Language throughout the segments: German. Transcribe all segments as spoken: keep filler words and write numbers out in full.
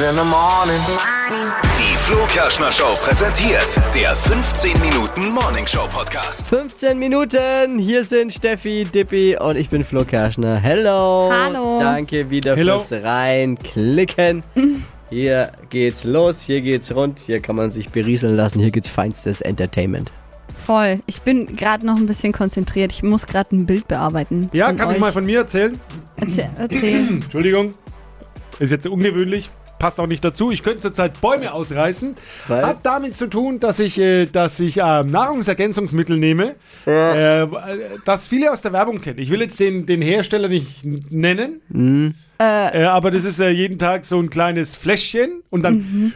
in the morning. Die Flo Kerschner Show präsentiert der fünfzehn Minuten Morning Show Podcast. fünfzehn Minuten, hier sind Steffi, Dippi und ich bin Flo Kerschner. Hello. Hallo. Danke wieder Hello. fürs Reinklicken. Hier geht's los, hier geht's rund, hier kann man sich berieseln lassen, hier gibt's feinstes Entertainment. Voll. Ich bin gerade noch ein bisschen konzentriert. Ich muss gerade ein Bild bearbeiten. Ja, von kann euch. ich mal von mir erzählen? Erzähl. erzähl. Entschuldigung, ist jetzt ungewöhnlich, passt auch nicht dazu. Ich könnte zurzeit Bäume ausreißen. Weil? Hat damit zu tun, dass ich, äh, dass ich äh, Nahrungsergänzungsmittel nehme, äh, das viele aus der Werbung kennen. Ich will jetzt den, den Hersteller nicht n- nennen, Mhm. äh, aber das ist äh, jeden Tag so ein kleines Fläschchen und dann Mhm.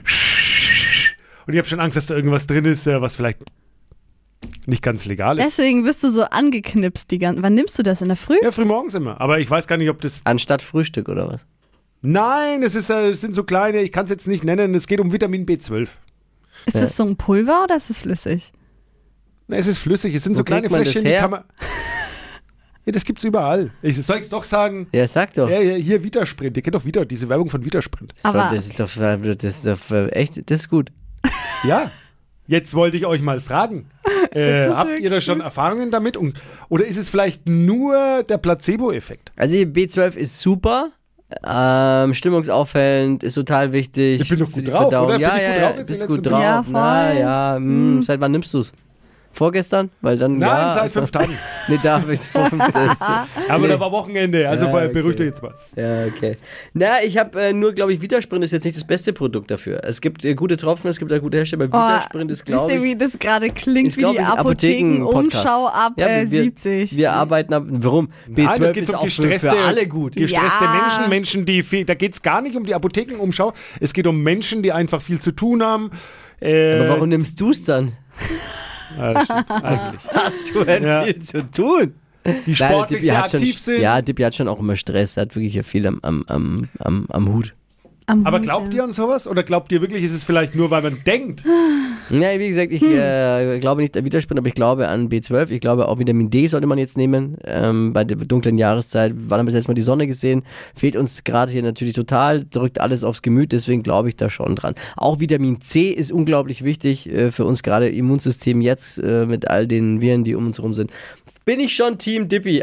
und ich habe schon Angst, dass da irgendwas drin ist, äh, was vielleicht nicht ganz legal ist. Deswegen bist du so angeknipst die ganze. Wann nimmst du das? In der Früh? Ja, frühmorgens immer. Aber ich weiß gar nicht, ob das... Anstatt Frühstück oder was? Nein, es, ist, äh, es sind so kleine, ich kann es jetzt nicht nennen, es geht um Vitamin B zwölf. Ist das so ein Pulver oder ist es flüssig? Na, es ist flüssig, es sind Wo so kleine kriegt man das Fläschchen, die her? kann man... Ja, das gibt's überall. Ich soll es doch sagen. Ja, sag doch. Ja, ja, hier Vitasprint. Ihr kennt doch Vita, diese Werbung von Vitasprint. So, Aber- das ist doch, das ist doch echt, das ist gut. Ja. Jetzt wollte ich euch mal fragen. Äh, Ist das habt ihr wirklich da schon gut? Erfahrungen damit? Und, oder ist es vielleicht nur der Placebo-Effekt? Also B zwölf ist super, ähm, stimmungsaufhellend, ist total wichtig. Ich bin doch für gut die drauf, Verdauung. oder? Bin Ja, ich gut ja, drauf ja, jetzt bist in gut den drauf. letzten- Ja, Na voll. ja, mh, seit wann nimmst du's? Vorgestern? Weil dann, Nein, ja, seit also- fünf Tagen. Nee, da bis vor fünf Tagen. Aber da war Wochenende, also Ja, vorher okay. beruhigt euch jetzt mal. Ja, okay. Na, ich habe äh, nur, glaube ich, Vitasprint ist jetzt nicht das beste Produkt dafür. Es gibt äh, gute Tropfen, es gibt auch gute Hersteller. Aber Vitasprint ist, Oh, wisst glaube ihr, ich... wie das gerade klingt? ist, Wie glaub die ich, Apotheken-Podcast. Apotheken-Umschau ab Ja, äh, wir- siebzig. Wir arbeiten ab... Warum? B Nein, das zwölf geht ist um auch für, gestresste, für alle gut. Gestresste Ja. Menschen, Menschen, die viel, da geht es gar nicht um die Apothekenumschau, es geht um Menschen, die einfach viel zu tun haben. Äh, Aber warum nimmst du's dann? äh, stimmt, eigentlich. Hast du denn Ja. viel zu tun? Die sportlich Dippi sehr hat schon, aktiv sind. Ja, Dippi hat schon auch immer Stress. Er hat wirklich ja viel am, am, am, am, am Hut. Am Aber Hut, glaubt ja. ihr an sowas? Oder glaubt ihr wirklich, ist es vielleicht nur, weil man denkt? Ja, wie gesagt, ich äh, glaube nicht an Vitasprint, aber ich glaube an B zwölf. Ich glaube auch Vitamin D sollte man jetzt nehmen. Ähm, bei der dunklen Jahreszeit. Wann haben wir jetzt mal die Sonne gesehen? Fehlt uns gerade hier natürlich total, drückt alles aufs Gemüt, deswegen glaube ich da schon dran. Auch Vitamin C ist unglaublich wichtig äh, für uns gerade Immunsystem jetzt äh, mit all den Viren, die um uns herum sind. Bin ich schon Team Dippi,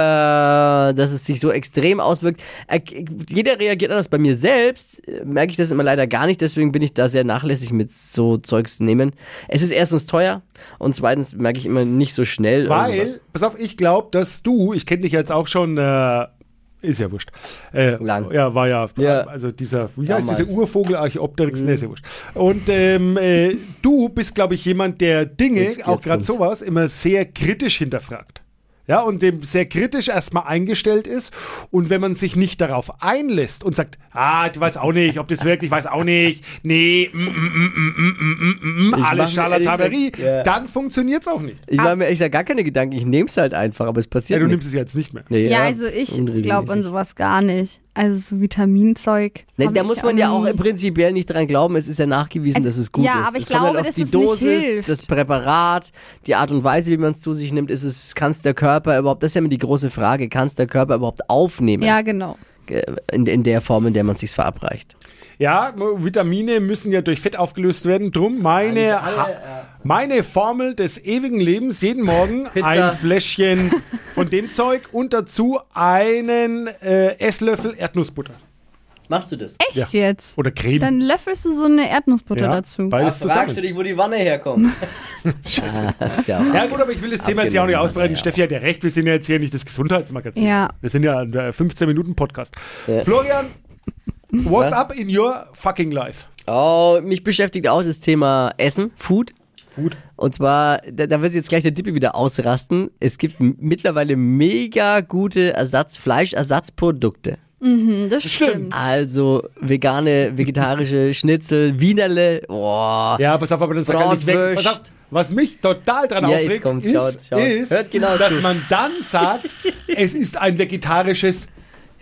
aber dass es sich so extrem auswirkt. Äh, jeder reagiert anders. Bei mir selbst äh, merke ich das immer leider gar nicht, deswegen bin ich da sehr nachlässig mit so Zeugs nehmen. Es ist erstens teuer und zweitens merke ich immer nicht so schnell Weil, irgendwas. pass auf, ich glaube, dass du, ich kenne dich jetzt auch schon, äh, ist ja wurscht. Äh, Lang. Ja, war ja, Ja. also dieser, wie heißt Damals. dieser Urvogel Archaeopteryx, mhm. ne, ist ja wurscht. Und ähm, äh, du bist, glaube ich, jemand, der Dinge, Jetzt- auch jetzt gerade kommt's. sowas, immer sehr kritisch hinterfragt. Ja, und dem sehr kritisch erstmal eingestellt ist. Und wenn man sich nicht darauf einlässt und sagt, ah, ich weiß auch nicht, ob das wirklich, weiß auch nicht, nee, mm, mm, mm, mm, mm, mm, mm, mm, Ich alles mach mir ehrlich Scharlatanerie, gesagt, ja. dann funktioniert es auch nicht. Ich mache mir echt da gar keine Gedanken, ich nehme es halt einfach, aber es Ja, passiert du nicht. nimmst es jetzt nicht mehr. Nee, Ja, also ich unregelmäßig. glaube an sowas gar nicht. Also so Vitaminzeug. Ne, hab da ich muss man ja auch nie. prinzipiell nicht dran glauben, es ist ja nachgewiesen, Also, dass es gut ja, ist. aber ich es kommt glaube, halt auf dass die es nicht Dosis, hilft. das Präparat, die Art und Weise, wie man es zu sich nimmt, ist es, kann es der Körper überhaupt, das ist ja immer die große Frage, kann es der Körper überhaupt aufnehmen? Ja, genau. In, in der Form, in der man es sich verabreicht. Ja, Vitamine müssen ja durch Fett aufgelöst werden. Drum meine, ha- meine Formel des ewigen Lebens, jeden Morgen Pizza. ein Fläschchen von dem Zeug und dazu einen äh, Esslöffel Erdnussbutter. Machst du das? Echt jetzt? Oder Creme. Dann löffelst du so eine Erdnussbutter ja, dazu. beides Fragst du zusammen. dich, wo die Wanne herkommt? Scheiße. Ah, ist ja auch Ja gut, aber ich will das Thema jetzt ja auch nicht Abgenommen, ausbreiten. ja. Steffi hat ja recht, wir sind ja jetzt hier nicht das Gesundheitsmagazin. Ja. Wir sind ja ein fünfzehn Minuten Podcast. Ja. Florian, what's Was? up in your fucking life? Oh, mich beschäftigt auch das Thema Essen, Food. Food. Und zwar, da, da wird jetzt gleich der Dippi wieder ausrasten. Es gibt m- mittlerweile mega gute Ersatz, Fleischersatzprodukte. Mhm, das Stimmt. stimmt. Also vegane, vegetarische Schnitzel, Wienerle. Boah. Ja, pass auf, aber dann sag er nicht weg. Pass auf, was mich total dran Ja, jetzt aufregt, kommt's, ist, schaut, schaut. ist Hört genau dass zu. man dann sagt, es ist ein vegetarisches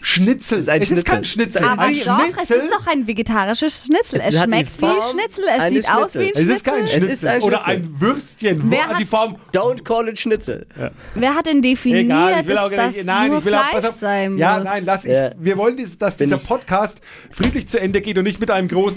Schnitzel. Ist ein es ist kein Schnitzel. Schnitzel. Aber ein doch, es Schnitzel. ist doch ein vegetarisches Schnitzel. Es Es, hat die schmeckt wie Form Schnitzel. Es eines sieht aus wie ein Schnitzels. Es ist kein Schnitzel. Schnitzel. ist ein Oder Schnitzel. ein Würstchen. Wer Wo- hat- die Form. Don't call it Schnitzel. Wer hat denn definiert, Egal, ich will auch dass gar das nicht. Nein, nur ich will auch. Fleisch Pass auf. sein Ja, muss? nein, lass ich. Ja. Wir wollen, dies- dass Bin dieser ich- Podcast friedlich zu Ende geht und nicht mit einem großen.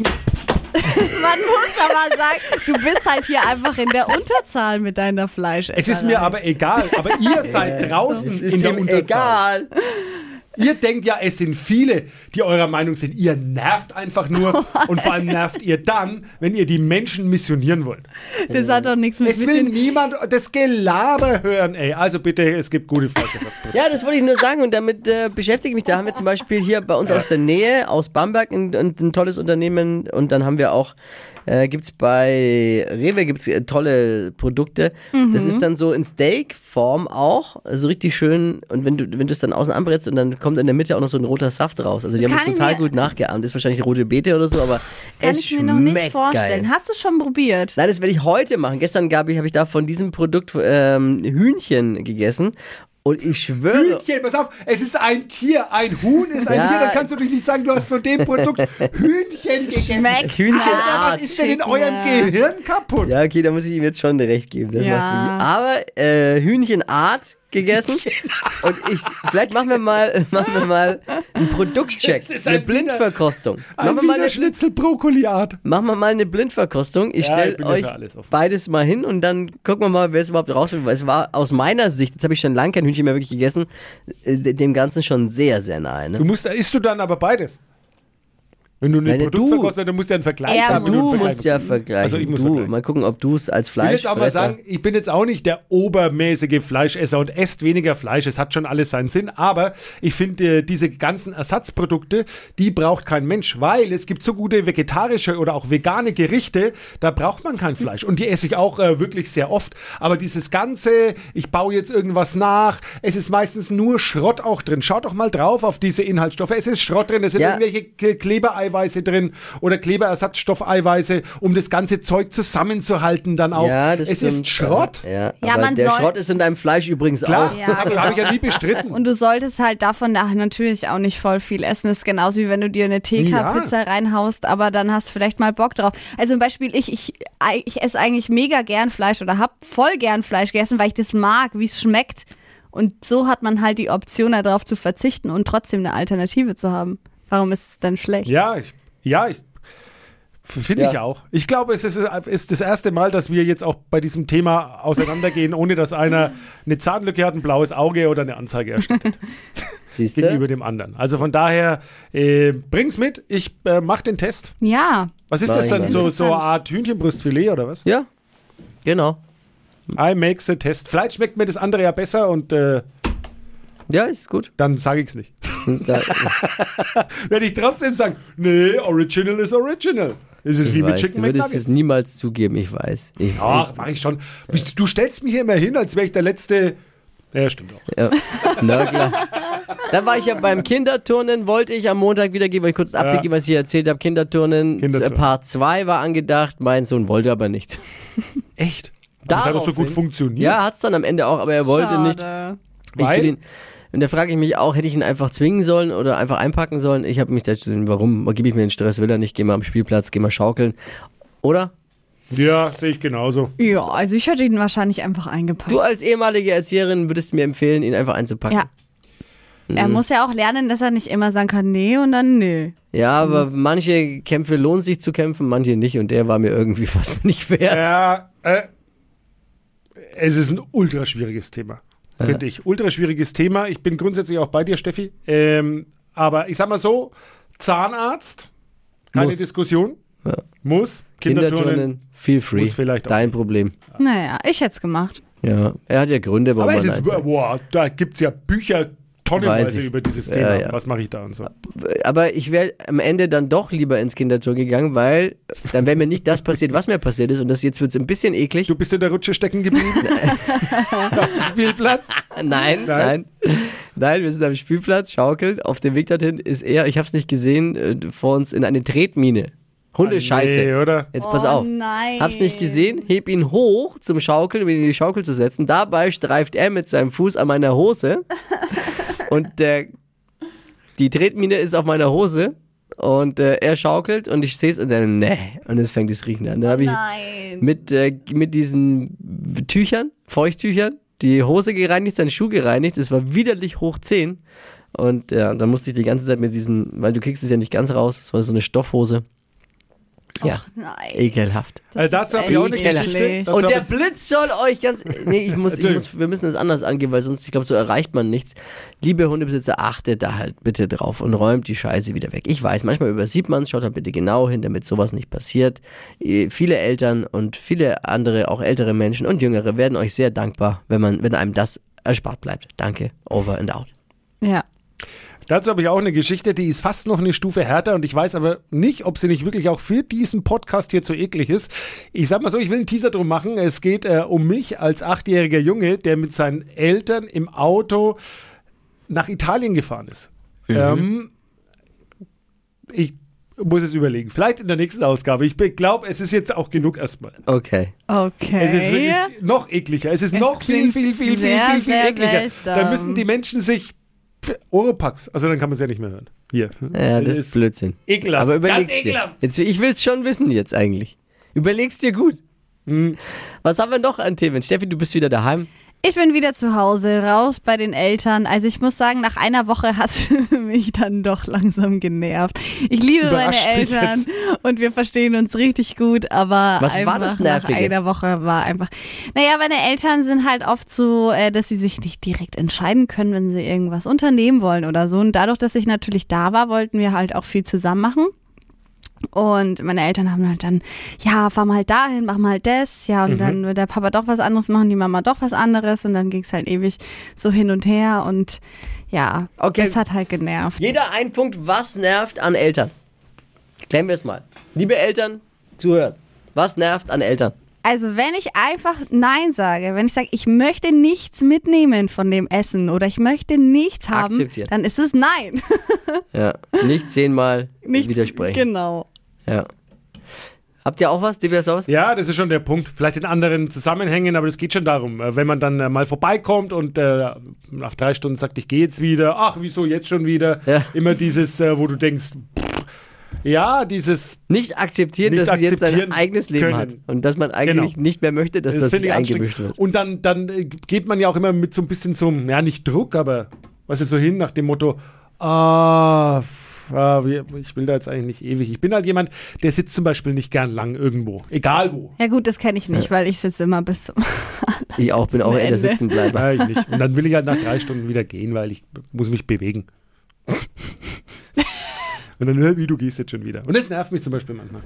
Man muss aber sagen, du bist halt hier einfach in der Unterzahl mit deiner Fleisch. Es ist mir aber egal. Aber ihr seid draußen Es ist in der ihm Unterzahl. egal. Ihr denkt ja, es sind viele, die eurer Meinung sind. Ihr nervt einfach nur. Und vor allem nervt ihr dann, wenn ihr die Menschen missionieren wollt. Das hat doch nichts mit Es will bisschen. niemand das Gelaber hören, ey. Also bitte, es gibt gute Fleischersatzprodukte. Ja, das wollte ich nur sagen und damit äh, beschäftige ich mich. Da haben wir zum Beispiel hier bei uns aus der Nähe, aus Bamberg, ein, ein, ein tolles Unternehmen und dann haben wir auch, äh, gibt's bei Rewe gibt's äh, tolle Produkte. Das ist dann so in Steak-Form auch, also richtig schön und wenn du wenn du es dann außen anbrätst und dann kommt in der Mitte auch noch so ein roter Saft raus. Also die Das haben das kann ich total mir- gut nachgeahmt. Das ist wahrscheinlich rote Beete oder so, aber Kann es ich mir noch nicht schmeckt vorstellen. geil. Hast du schon probiert? Nein, das werde ich heute machen. Gestern gab ich, habe ich da von diesem Produkt ähm, Hühnchen gegessen und ich schwöre, Hühnchen, pass auf, es ist ein Tier. Ein Huhn ist ein Ja. Tier. Dann kannst du dich nicht sagen, du hast von dem Produkt Hühnchen gegessen. Schmeckt Hühnchenart. Alter, was ist denn in eurem Chicken, Gehirn kaputt? ja okay, da muss ich ihm jetzt schon recht geben. Das Ja. macht wirklich. Aber äh, Hühnchenart gegessen und ich, vielleicht machen wir mal, machen wir mal einen Produktcheck, Das ist eine ein Blindverkostung. Ein Machen wir mal Wiener eine Schnitzel-Brokkoliart. Machen wir mal eine Blindverkostung. Ich Ja, stelle ich bin ja euch für alles offen. beides mal hin und dann gucken wir mal, wer es überhaupt rausfindet. Weil es war aus meiner Sicht, jetzt habe ich schon lange kein Hühnchen mehr wirklich gegessen, äh, dem Ganzen schon sehr, sehr nahe. Ne? Du musst, isst du dann aber beides? Wenn du ein Nein, Produkt du- verkostet, dann musst du ja einen Vergleich Er haben. und Du einen musst ja Vergleich. vergleichen. Also ich muss du, vergleichen. mal gucken, ob du es als Ich will Fleisch jetzt auch mal sagen, ich bin jetzt auch nicht der obermäßige Fleischesser und esst weniger Fleisch. Es hat schon alles seinen Sinn. Aber ich finde, äh, diese ganzen Ersatzprodukte, die braucht kein Mensch, weil es gibt so gute vegetarische oder auch vegane Gerichte, da braucht man kein Fleisch. Und die esse ich auch äh, wirklich sehr oft. Aber dieses Ganze, ich baue jetzt irgendwas nach, es ist meistens nur Schrott auch drin. Schaut doch mal drauf auf diese Inhaltsstoffe. Es ist Schrott drin, es sind Ja. irgendwelche K- Klebereiweiße drin oder Kleberersatzstoffeiweiße, um das ganze Zeug zusammenzuhalten dann auch. Ja, das es stimmt. ist Schrott. Ja, Ja, aber man der soll- Schrott ist in deinem Fleisch übrigens Klar, auch. Ja, das habe genau. hab ich ja nie bestritten. Und du solltest halt davon da natürlich auch nicht voll viel essen. Das ist genauso wie wenn du dir eine T K-Pizza reinhaust, aber dann hast du vielleicht mal Bock drauf. Also zum Beispiel ich, ich, ich esse eigentlich mega gern Fleisch oder hab voll gern Fleisch gegessen, weil ich das mag, wie es schmeckt. Und so hat man halt die Option, darauf zu verzichten und trotzdem eine Alternative zu haben. Warum ist es dann schlecht? Ja, ich, ja, ich finde Ja. ich auch. Ich glaube, es ist, ist das erste Mal, dass wir jetzt auch bei diesem Thema auseinandergehen, ohne dass einer eine Zahnlücke hat, ein blaues Auge oder eine Anzeige erstattet Siehst gegenüber du? dem anderen. Also von daher, äh, bring's mit. Ich äh, mach den Test. Ja, Was ist Mach das ich dann? mal. So, so eine Interessant. Art Hühnchenbrustfilet oder was? Ja, genau. I make the test. Vielleicht schmeckt mir das andere ja besser und äh, Ja, ist gut. dann sage ich's nicht. Da, Werde ich trotzdem sagen, nee, Original ist Original. Es ist ich wie mit weiß, Chicken du würdest McNuggets. es niemals zugeben, ich weiß. Ich, Ach, mach ich schon. Du stellst mich hier immer hin, als wäre ich der letzte. Ja, stimmt auch. Ja, na klar. Dann war ich ja beim Kinderturnen, wollte ich am Montag wieder gehen, weil ich kurz ein Update Ja. geben, was ich hier erzählt habe. Kinderturnen, Kinderturnen. Part zwei war angedacht, mein Sohn wollte aber nicht. Echt? Das hat doch so gut Daraufhin- funktioniert. Ja, hat's dann am Ende auch, aber er wollte nicht. schade. Ich Weil? will ihn, und da frage ich mich auch, hätte ich ihn einfach zwingen sollen oder einfach einpacken sollen? Ich habe mich da, warum gebe ich mir den Stress, will er nicht, geh mal am Spielplatz, geh mal schaukeln. Oder? Ja, sehe ich genauso. Ja, also ich hätte ihn wahrscheinlich einfach eingepackt. Du als ehemalige Erzieherin würdest mir empfehlen, ihn einfach einzupacken. Ja. Er muss ja auch lernen, dass er nicht immer sagen kann, nee und dann nee. Ja, aber manche Kämpfe lohnt sich zu kämpfen, manche nicht und der war mir irgendwie fast nicht wert. Ja, äh, es ist ein ultra schwieriges Thema, finde ich. Ultra schwieriges Thema. Ich bin grundsätzlich auch bei dir, Steffi. Ähm, aber ich sag mal so, Zahnarzt, keine Muss. Diskussion. Ja. Muss. Kinderturnen. Kinderturnen, feel free. Muss vielleicht auch Dein Problem. Naja, ich hätte es gemacht. Ja, er hat ja Gründe, warum Aber es man ist, eins- boah, da gibt es ja Bücher Weiß tonnenweise ich. über dieses Ja, Thema. ja. Was mache ich da und so. Aber ich wäre am Ende dann doch lieber ins Kinderturnen gegangen, weil dann wäre mir nicht das passiert, was mir passiert ist. Und das jetzt wird es ein bisschen eklig. Du bist in der Rutsche stecken geblieben? Am Spielplatz? Nein, nein. Nein, wir sind am Spielplatz, schaukeln. Auf dem Weg dorthin ist er, ich habe es nicht gesehen, äh, vor uns in eine Tretmine. Hundescheiße. Nee, oder? Jetzt pass Oh auf. nein. Hab's nicht gesehen, heb ihn hoch zum Schaukeln, um ihn in die Schaukel zu setzen. Dabei streift er mit seinem Fuß an meiner Hose. Und der die Tretmine ist auf meiner Hose und äh, er schaukelt und ich sehe es und dann, nee, und es fängt das Riechen an. Dann habe ich Nein. mit, äh, mit diesen Tüchern, Feuchttüchern, die Hose gereinigt, seinen Schuh gereinigt. Das war widerlich hoch zehn. Und ja, dann musste ich die ganze Zeit mit diesem, weil du kriegst es ja nicht ganz raus, das war so eine Stoffhose. Ja, Och, nein. ekelhaft. Also dazu habe ich auch eine Ekelhaft. Geschichte. Dazu Und hab der ich- Blitz soll euch ganz, nee, ich muss, ich muss, wir müssen das anders angehen, weil sonst, ich glaube, so erreicht man nichts. Liebe Hundebesitzer, achtet da halt bitte drauf und räumt die Scheiße wieder weg. Ich weiß, manchmal übersieht man es, schaut da bitte genau hin, damit sowas nicht passiert. Eh, Viele Eltern und viele andere, auch ältere Menschen und Jüngere werden euch sehr dankbar, wenn man, wenn einem das erspart bleibt. Danke, over and out. Ja. Dazu habe ich auch eine Geschichte, die ist fast noch eine Stufe härter und ich weiß aber nicht, ob sie nicht wirklich auch für diesen Podcast hier zu eklig ist. Ich sag mal so, ich will einen Teaser drum machen. Es geht äh, um mich als achtjähriger Junge, der mit seinen Eltern im Auto nach Italien gefahren ist. Mhm. Ähm, ich muss es überlegen. Vielleicht in der nächsten Ausgabe. Ich glaube, es ist jetzt auch genug erstmal. Okay. Okay. Es ist wirklich noch ekliger. Es ist Es noch viel, klingt viel, viel, viel, sehr, viel, viel sehr ekliger. seltsam. Da müssen die Menschen sich Oropax, also dann kann man es ja nicht mehr hören. Hier. Ja, das ist Blödsinn. ekelhaft. Aber überleg's Ganz dir. ekelhaft. Jetzt, ich will es schon wissen jetzt eigentlich. Überleg's dir gut. Hm. Was haben wir noch an Themen? Steffi, du bist wieder daheim. Ich bin wieder zu Hause, raus bei den Eltern. Also ich muss sagen, nach einer Woche hat es mich dann doch langsam genervt. Ich liebe Überrascht meine mich Eltern jetzt. und wir verstehen uns richtig gut, aber Was war einfach das nach Nervige? einer Woche war einfach... Naja, meine Eltern sind halt oft so, äh, dass sie sich nicht direkt entscheiden können, wenn sie irgendwas unternehmen wollen oder so. Und dadurch, dass ich natürlich da war, wollten wir halt auch viel zusammen machen. Und meine Eltern haben halt dann, ja, fahr mal dahin, mach mal das. Ja, und Mhm. dann wird der Papa doch was anderes machen, die Mama doch was anderes. Und dann ging es halt ewig so hin und her. Und ja, Okay. das hat halt genervt. Jeder ein Punkt, was nervt an Eltern? Klären wir es mal. Liebe Eltern, zuhören. Was nervt an Eltern? Also wenn ich einfach Nein sage, wenn ich sage, ich möchte nichts mitnehmen von dem Essen oder ich möchte nichts haben, Akzeptiert. dann ist es Nein. Ja, nicht zehnmal Nicht widersprechen. Genau. Ja. Habt ihr auch was? Habt ihr auch was? Ja, das ist schon der Punkt. Vielleicht in anderen Zusammenhängen, aber es geht schon darum, äh, wenn man dann äh, mal vorbeikommt und äh, nach drei Stunden sagt, ich gehe jetzt wieder. Ach, wieso jetzt schon wieder? Ja. Immer dieses, äh, wo du denkst, pff, ja, dieses, Nicht akzeptieren, Nicht dass sie jetzt sein akzeptieren eigenes Leben können. hat. Und dass man eigentlich Genau. nicht mehr möchte, dass das, finde sich ich eingemischt anstrengend. wird. Und dann, dann äh, geht man ja auch immer mit so ein bisschen zum, ja, nicht Druck, aber was ist so hin nach dem Motto, ah, ah, wie- ich will da jetzt eigentlich nicht ewig. Ich bin halt jemand, der sitzt zum Beispiel nicht gern lang irgendwo, egal wo. Ja gut, das kenne ich nicht, weil ich sitze immer bis zum... Ich auch bin auch eher der Ende. Sitzenbleiber. Ja, ich nicht. Und dann will ich halt nach drei Stunden wieder gehen, weil ich muss mich bewegen. Und dann, hör, wie, du gehst jetzt schon wieder. Und das nervt mich zum Beispiel manchmal.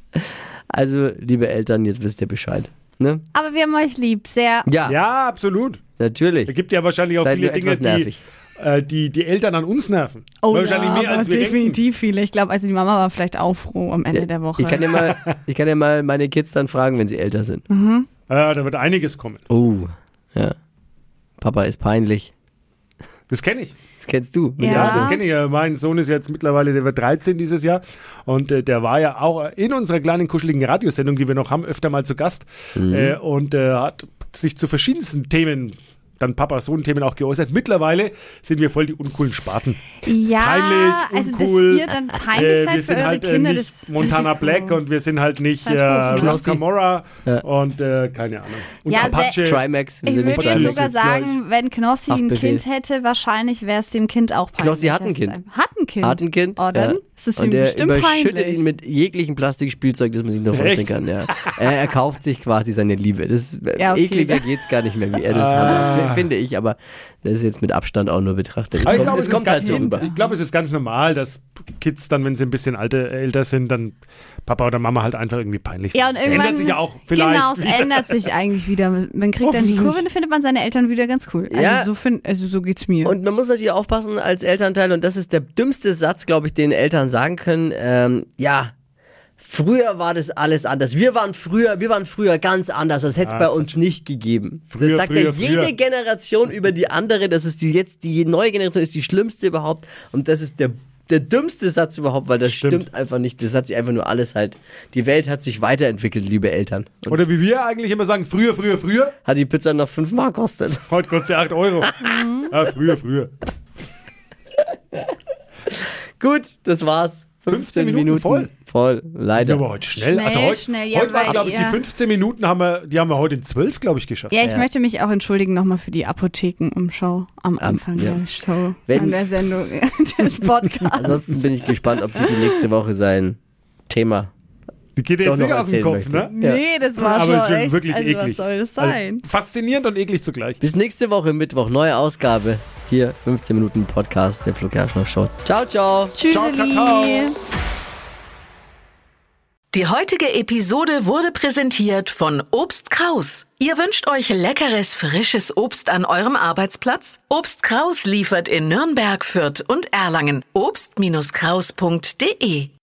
Also, liebe Eltern, jetzt wisst ihr Bescheid. Ne? Aber wir haben euch lieb, sehr. Ja, Ja, absolut. natürlich. Da gibt ja wahrscheinlich auch Seid viele nur Dinge, etwas nervig. die, äh, die die Eltern an uns nerven. Oh wahrscheinlich ja, mehr als aber wir definitiv viele. Ich glaube, also die Mama war vielleicht auch froh am Ende der Woche. Ich kann, ja mal, ich kann ja mal meine Kids dann fragen, wenn sie älter sind. denken. Ja, da wird einiges kommen. Oh, ja. Papa ist peinlich. Das kenne ich. Das kennst du. Ja. Ja, das kenne ich ja. Mein Sohn ist jetzt mittlerweile, der wird dreizehn dieses Jahr. Und äh, der war ja auch in unserer kleinen kuscheligen Radiosendung, die wir noch haben, öfter mal zu Gast. Mhm. Äh, und äh, hat sich zu verschiedensten Themen, dann Papa-Sohn-Themen auch geäußert. Mittlerweile sind wir voll die uncoolen Spaten. Ja, Peinlich, also uncool. dass ihr dann peinlich Äh, seid wir für sind eure halt äh, Kinder. nicht das Montana das- Black und wir sind halt nicht äh, Halt Rod Knossi. Camorra Ja. und äh, keine Ahnung. Und Ja, Apache. Trimax. wir Ich sind nicht würde dir Trimax. Trimax. sogar sagen, wenn Knossi ein Haftbefehl. Kind hätte, wahrscheinlich wäre es dem Kind auch peinlich. Knossi hat ein Kind. Hat ein Kind. Hat ein Kind. Oh, dann ja. ist es ihm Und er bestimmt überschüttet peinlich. ihn mit jeglichem Plastikspielzeug, das man sich nur vorstellen Echt? kann. Ja. Er, er kauft sich quasi seine Liebe. Das, Ja, okay. Ekliger geht's gar nicht mehr, wie er das Ah. handhabt, finde ich. Aber das ist jetzt mit Abstand auch nur betrachtet. Es Aber ich kommt, glaube, es es, kommt ist halt ganz so norm- rüber. ich glaube, es ist ganz normal, dass Kids dann, wenn sie ein bisschen alte, älter sind, dann Papa oder Mama halt einfach irgendwie peinlich Ja, und finden. Das irgendwann. ändert sich ja auch vielleicht Genau, es wieder. ändert sich eigentlich wieder. Man kriegt dann die Hoffentlich. Kurve, dann findet man seine Eltern wieder ganz cool. Also, Ja. so, find, also so geht's mir. Und man muss natürlich aufpassen als Elternteil, und das ist der dümmste Satz, glaube ich, den Eltern sagen können. Ähm, ja, früher war das alles anders. Wir waren früher, wir waren früher ganz anders. Das hätte es Ah, bei uns nicht gegeben. Früher, das sagt früher, ja jede früher. Generation über die andere. Das ist die jetzt die neue Generation ist die schlimmste überhaupt. Und das ist der der dümmste Satz überhaupt, weil das stimmt. Stimmt. einfach nicht. Das hat sich einfach nur alles halt. Die Welt hat sich weiterentwickelt, liebe Eltern. Und Oder wie wir eigentlich immer sagen, früher, früher, früher. hat die Pizza noch fünf Mark kostet. Heute kostet sie acht Euro. Ja, früher, früher. Gut, das war's. fünfzehn Minuten voll. Voll, leider. Ja, aber heute schnell. Schnell, also heute, schnell, ja, heute waren, weil glaube ich, die ihr- fünfzehn Minuten haben wir, die haben wir heute in zwölf, glaube ich, geschafft. Ja, ich Ja. möchte mich auch entschuldigen nochmal für die Apothekenumschau am Anfang ja. der Show, Wenn- an der Sendung des Podcasts. Ansonsten bin ich gespannt, ob die nächste Woche sein Thema Die geht dir doch jetzt noch nicht aus dem erzählen Kopf, möchte. ne? Ja. Nee, das war Aber schon es ist schon echt, wirklich also eklig. was soll das sein? Also, faszinierend und eklig zugleich. Bis nächste Woche Mittwoch, neue Ausgabe. Hier, fünfzehn Minuten Podcast der Flo Kerschner Show. Ciao, ciao. Tschüss. Ciao, Kakao. Die heutige Episode wurde präsentiert von Obst Kraus. Ihr wünscht euch leckeres, frisches Obst an eurem Arbeitsplatz? Obst Kraus liefert in Nürnberg, Fürth und Erlangen. obst Kraus punkt de